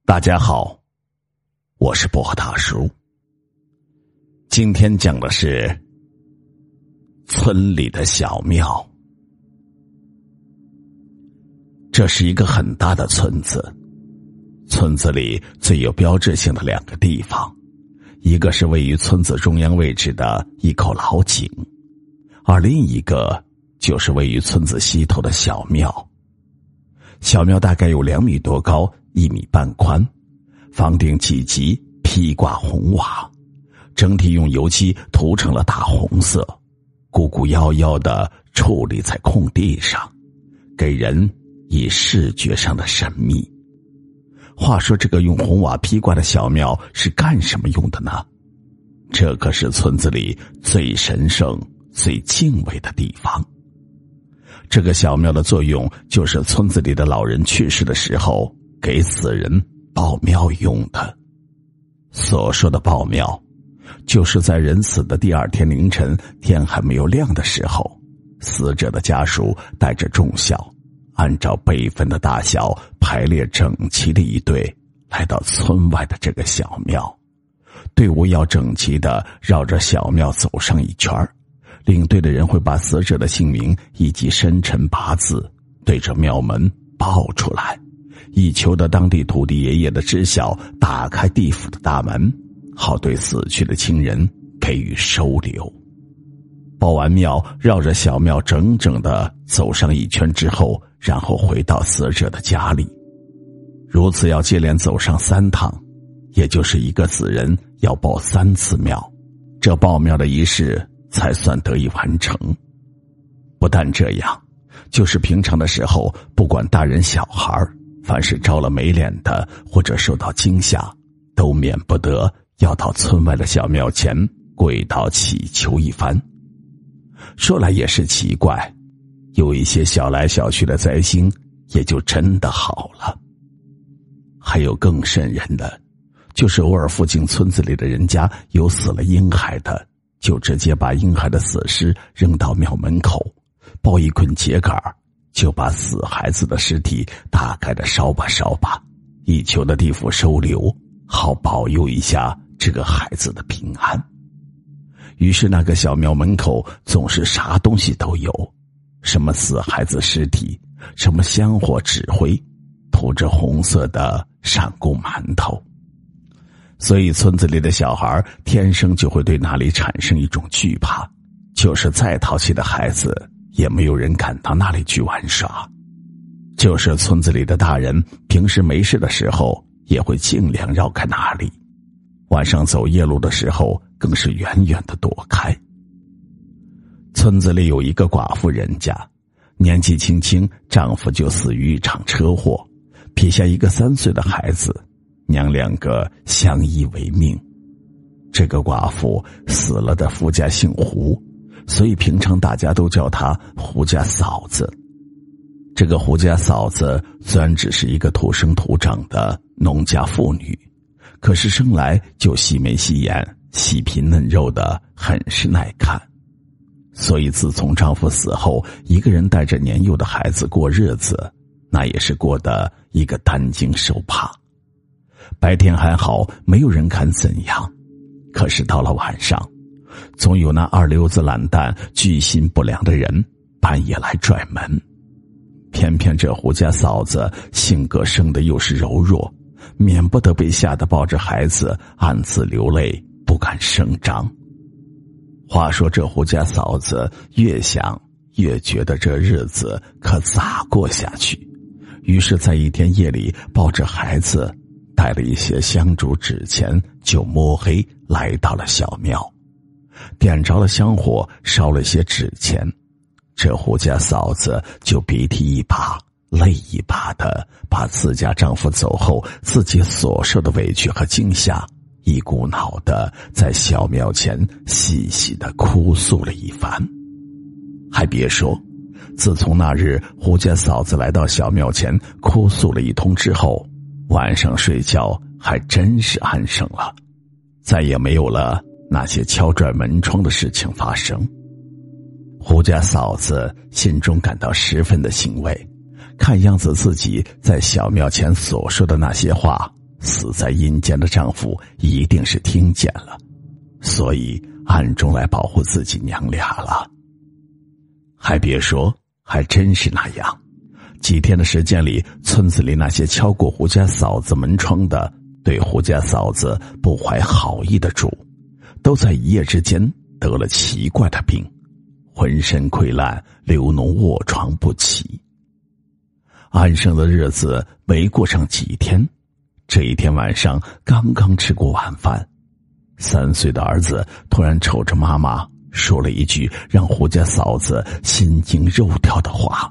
大家好，我是薄荷大叔。今天讲的是村里的小庙。这是一个很大的村子，村子里最有标志性的两个地方，一个是位于村子中央位置的一口老井，而另一个就是位于村子西头的小庙。小庙大概有2米多高，1米半宽，房顶几级，披挂红瓦，整体用油漆涂成了大红色，孤孤夭夭地矗立在空地上，给人以视觉上的神秘。话说这个用红瓦披挂的小庙是干什么用的呢？这可是村子里最神圣、最敬畏的地方。这个小庙的作用就是村子里的老人去世的时候给死人报庙用的。所说的报庙，就是在人死的第2天凌晨，天还没有亮的时候，死者的家属带着众孝，按照辈分的大小排列整齐的一队，来到村外的这个小庙。队伍要整齐地绕着小庙走上一圈，领队的人会把死者的姓名以及生辰八字对着庙门报出来，以求得当地土地爷爷的知晓，打开地府的大门，好对死去的亲人给予收留。报完庙，绕着小庙整整的走上一圈之后，然后回到死者的家里。如此要接连走上3趟，也就是一个死人要报3次庙，这报庙的仪式才算得以完成。不但这样，就是平常的时候，不管大人小孩，凡是着了没脸的或者受到惊吓，都免不得要到村外的小庙前跪倒祈求一番。说来也是奇怪，有一些小来小去的灾星也就真的好了。还有更瘆人的，就是偶尔附近村子里的人家有死了婴孩的，就直接把婴孩的死尸扔到庙门口，抱一捆秸秆，就把死孩子的尸体大概的烧吧烧吧，以求的地府收留，好保佑一下这个孩子的平安。于是那个小庙门口总是啥东西都有，什么死孩子尸体，什么香火纸灰，涂着红色的闪供馒头。所以村子里的小孩天生就会对那里产生一种惧怕，就是再淘气的孩子也没有人敢到那里去玩耍。就是村子里的大人平时没事的时候也会尽量绕开那里，晚上走夜路的时候更是远远地躲开。村子里有一个寡妇人家，年纪轻轻丈夫就死于一场车祸，撇下一个3岁的孩子，娘2个相依为命。这个寡妇死了的夫家姓胡，所以平常大家都叫她胡家嫂子。这个胡家嫂子虽然只是一个土生土长的农家妇女，可是生来就细眉细眼，细皮嫩肉的，很是耐看。所以自从丈夫死后，一个人带着年幼的孩子过日子，那也是过得一个担惊受怕。白天还好，没有人敢怎样，可是到了晚上，总有那二流子懒蛋、居心不良的人半夜来拽门。偏偏这胡家嫂子性格生得又是柔弱，免不得被吓得抱着孩子暗自流泪，不敢声张。话说这胡家嫂子越想越觉得这日子可咋过下去，于是在一天夜里抱着孩子，带了一些香烛纸钱，就摸黑来到了小庙，点着了香火，烧了些纸钱。这胡家嫂子就鼻涕一把泪一把的，把自家丈夫走后自己所受的委屈和惊吓，一股脑的在小庙前细细的哭诉了一番。还别说，自从那日胡家嫂子来到小庙前哭诉了一通之后，晚上睡觉还真是安生了，再也没有了那些敲拽门窗的事情发生。胡家嫂子心中感到十分的欣慰，看样子自己在小庙前所说的那些话死在阴间的丈夫一定是听见了，所以暗中来保护自己娘俩了。还别说，还真是那样。几天的时间里，村子里那些敲过胡家嫂子门窗的，对胡家嫂子不怀好意的主，都在一夜之间得了奇怪的病，浑身溃烂，流脓卧床不起。安生的日子没过上几天，这一天晚上刚刚吃过晚饭，3岁的儿子突然瞅着妈妈说了一句让胡家嫂子心惊肉跳的话：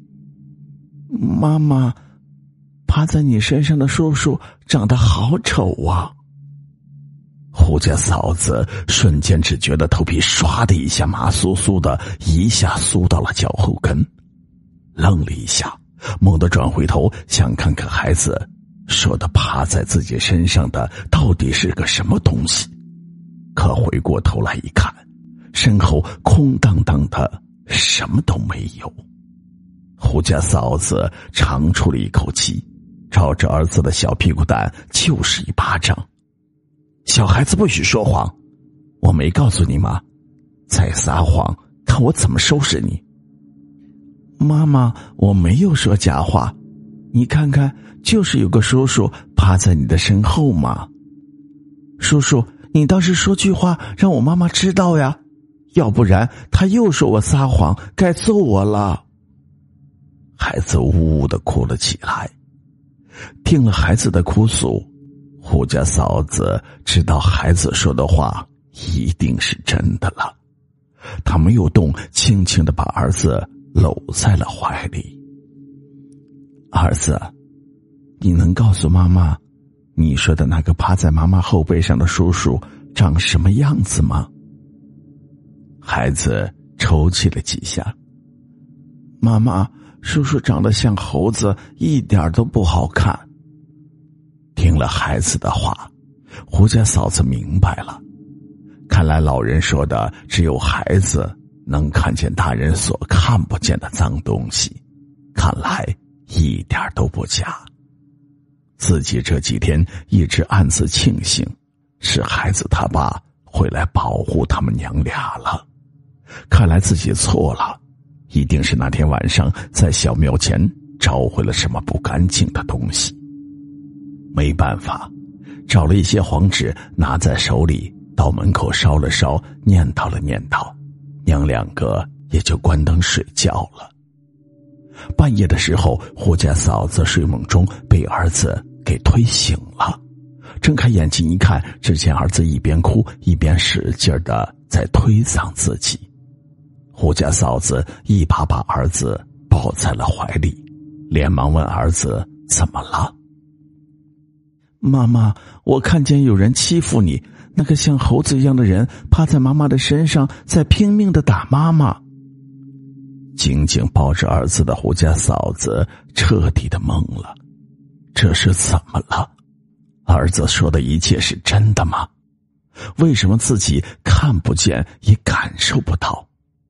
妈妈，趴在你身上的叔叔长得好丑啊。胡家嫂子瞬间只觉得头皮唰的一下麻酥酥的，一下酥到了脚后跟，愣了一下，猛地转回头想看看孩子说的趴在自己身上的到底是个什么东西，可回过头来一看，身后空荡荡的，什么都没有。胡家嫂子长出了一口气，朝着儿子的小屁股蛋就是一巴掌。小孩子不许说谎，我没告诉你吗？再撒谎，看我怎么收拾你。妈妈，我没有说假话，你看看，就是有个叔叔趴在你的身后嘛。叔叔，你倒是说句话让我妈妈知道呀，要不然他又说我撒谎，该揍我了。孩子呜呜地哭了起来。听了孩子的哭诉，胡家嫂子知道孩子说的话一定是真的了，他没有动，轻轻地把儿子搂在了怀里。儿子，你能告诉妈妈，你说的那个趴在妈妈后背上的叔叔长什么样子吗？孩子抽泣了几下。妈妈，叔叔长得像猴子，一点都不好看。听了孩子的话，胡家嫂子明白了，看来老人说的只有孩子能看见大人所看不见的脏东西，看来一点都不假。自己这几天一直暗自庆幸，是孩子他爸回来保护他们娘俩了。看来自己错了，一定是那天晚上在小庙前找回了什么不干净的东西。没办法，找了一些黄纸拿在手里，到门口烧了烧，念叨了念叨，娘两个也就关灯睡觉了。半夜的时候，胡家嫂子睡梦中被儿子给推醒了，睁开眼睛一看，只见儿子一边哭一边使劲的在推搡自己。胡家嫂子一把把儿子抱在了怀里，连忙问儿子怎么了。妈妈，我看见有人欺负你，那个像猴子一样的人趴在妈妈的身上，在拼命的打妈妈。紧紧抱着儿子的胡家嫂子彻底的懵了，这是怎么了？儿子说的一切是真的吗？为什么自己看不见也感受不到？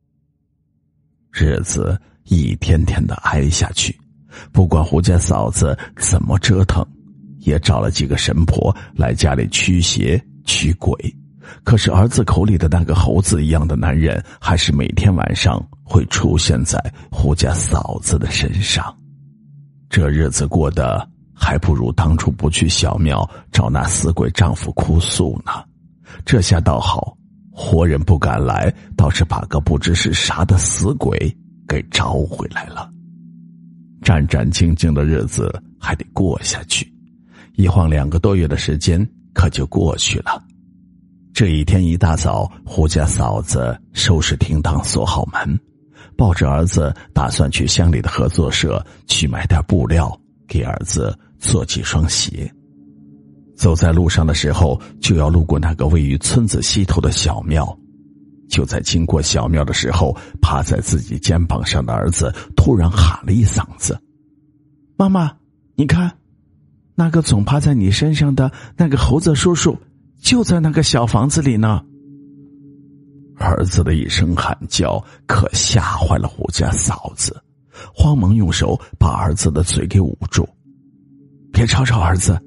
日子一天天的挨下去，不管胡家嫂子怎么折腾，也找了几个神婆来家里驱邪驱鬼，可是儿子口里的那个猴子一样的男人还是每天晚上会出现在胡家嫂子的身上。这日子过得还不如当初不去小庙找那死鬼丈夫哭诉呢。这下倒好，活人不敢来，倒是把个不知是啥的死鬼给招回来了。战战兢兢的日子还得过下去，一晃2个多月的时间可就过去了。这一天一大早，胡家嫂子收拾停当，锁好门，抱着儿子打算去乡里的合作社去买点布料，给儿子做几双鞋。走在路上的时候，就要路过那个位于村子西头的小庙。就在经过小庙的时候，趴在自己肩膀上的儿子突然喊了一嗓子：妈妈，你看，那个总趴在你身上的那个猴子叔叔就在那个小房子里呢。儿子的一声喊叫可吓坏了胡家嫂子，慌忙用手把儿子的嘴给捂住。别吵吵儿子，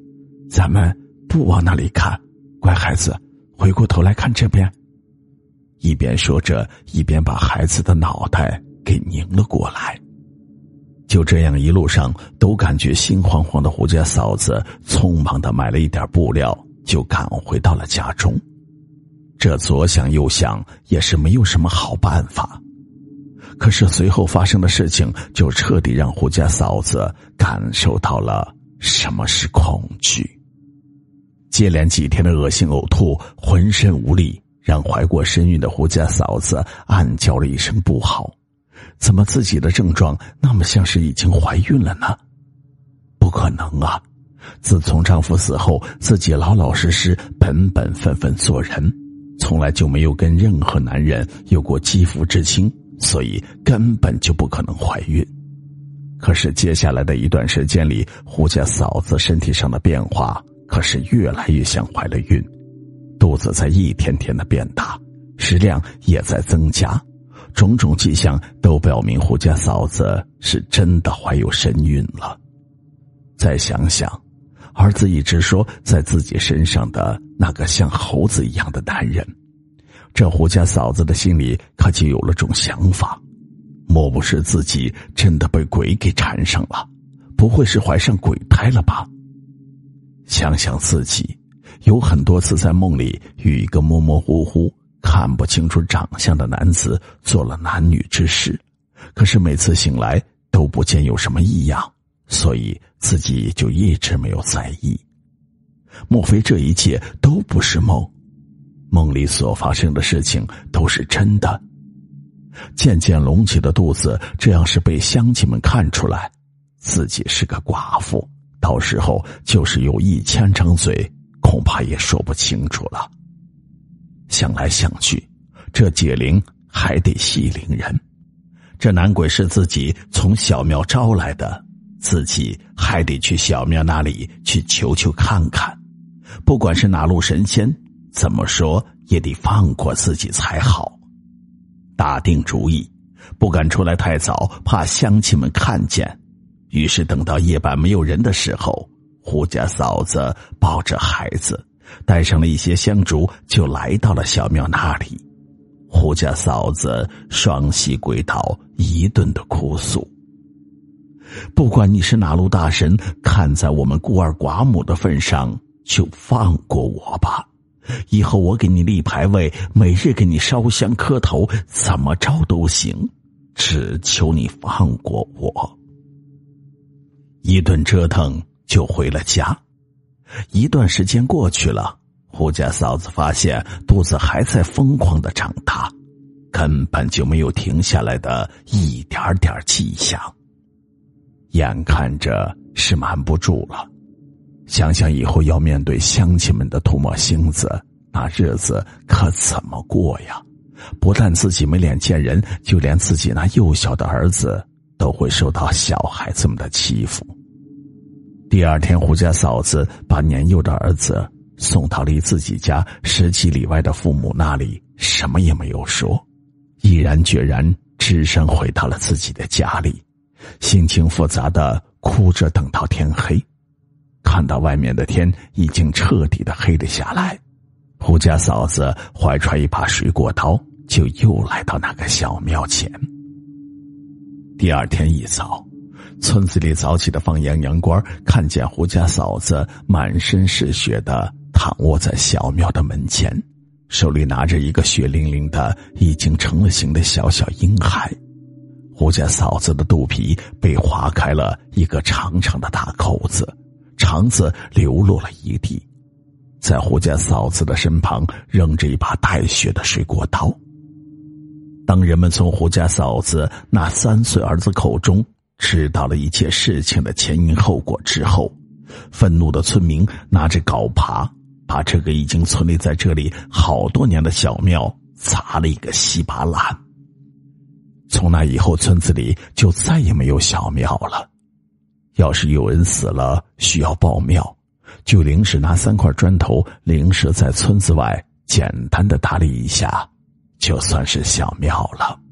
咱们不往那里看，乖孩子，回过头来看这边。一边说着，一边把孩子的脑袋给拧了过来。就这样一路上都感觉心慌慌的胡家嫂子匆忙地买了一点布料，就赶回到了家中。这左想右想也是没有什么好办法。可是随后发生的事情就彻底让胡家嫂子感受到了什么是恐惧。接连几天的恶心呕吐，浑身无力，让怀过身孕的胡家嫂子暗叫了一声不好。怎么自己的症状那么像是已经怀孕了呢？不可能啊！自从丈夫死后，自己老老实实本本分分做人，从来就没有跟任何男人有过肌肤之亲，所以根本就不可能怀孕。可是接下来的一段时间里，胡家嫂子身体上的变化可是越来越像怀了孕，肚子在一天天的变大，食量也在增加，种种迹象都表明胡家嫂子是真的怀有身孕了。再想想，儿子一直说在自己身上的那个像猴子一样的男人，这胡家嫂子的心里可就有了种想法，莫不是自己真的被鬼给缠上了？不会是怀上鬼胎了吧？想想自己有很多次在梦里与一个模模糊糊看不清楚长相的男子做了男女之事，可是每次醒来都不见有什么异样，所以自己就一直没有在意。莫非这一切都不是梦？梦里所发生的事情都是真的？渐渐隆起的肚子，这样是被乡亲们看出来自己是个寡妇，到时候就是有1000张嘴，恐怕也说不清楚了。想来想去，这解铃还得系铃人，这男鬼是自己从小庙招来的，自己还得去小庙那里去求求看看，不管是哪路神仙，怎么说也得放过自己才好。打定主意，不敢出来太早，怕乡亲们看见。于是等到夜半没有人的时候，胡家嫂子抱着孩子，带上了一些香烛，就来到了小庙那里。胡家嫂子双膝跪倒，一顿的哭诉：不管你是哪路大神，看在我们孤儿寡母的份上，就放过我吧。以后我给你立牌位，每日给你烧香磕头，怎么着都行，只求你放过我。一顿折腾就回了家。一段时间过去了，胡家嫂子发现肚子还在疯狂的长大，根本就没有停下来的一点点迹象。眼看着是瞒不住了，想想以后要面对乡亲们的唾沫星子，那日子可怎么过呀？不但自己没脸见人，就连自己那幼小的儿子都会受到小孩子们的欺负。第二天，胡家嫂子把年幼的儿子送到离自己家10几里外的父母那里，什么也没有说，毅然决然只身回到了自己的家里，心情复杂的哭着等到天黑。看到外面的天已经彻底的黑了下来，胡家嫂子怀揣一把水果刀，就又来到那个小庙前。第二天一早，村子里早起的放羊羊倌看见胡家嫂子满身是血的躺卧在小庙的门前，手里拿着一个血淋淋的已经成了形的小小婴孩。胡家嫂子的肚皮被划开了一个长长的大口子，肠子流落了一地。在胡家嫂子的身旁扔着一把带血的水果刀。当人们从胡家嫂子那3岁儿子口中知道了一切事情的前因后果之后，愤怒的村民拿着镐耙，把这个已经存立在这里好多年的小庙砸了一个稀巴烂。从那以后，村子里就再也没有小庙了。要是有人死了需要报庙，就临时拿3块砖头临时在村子外简单的打理一下，就算是小庙了。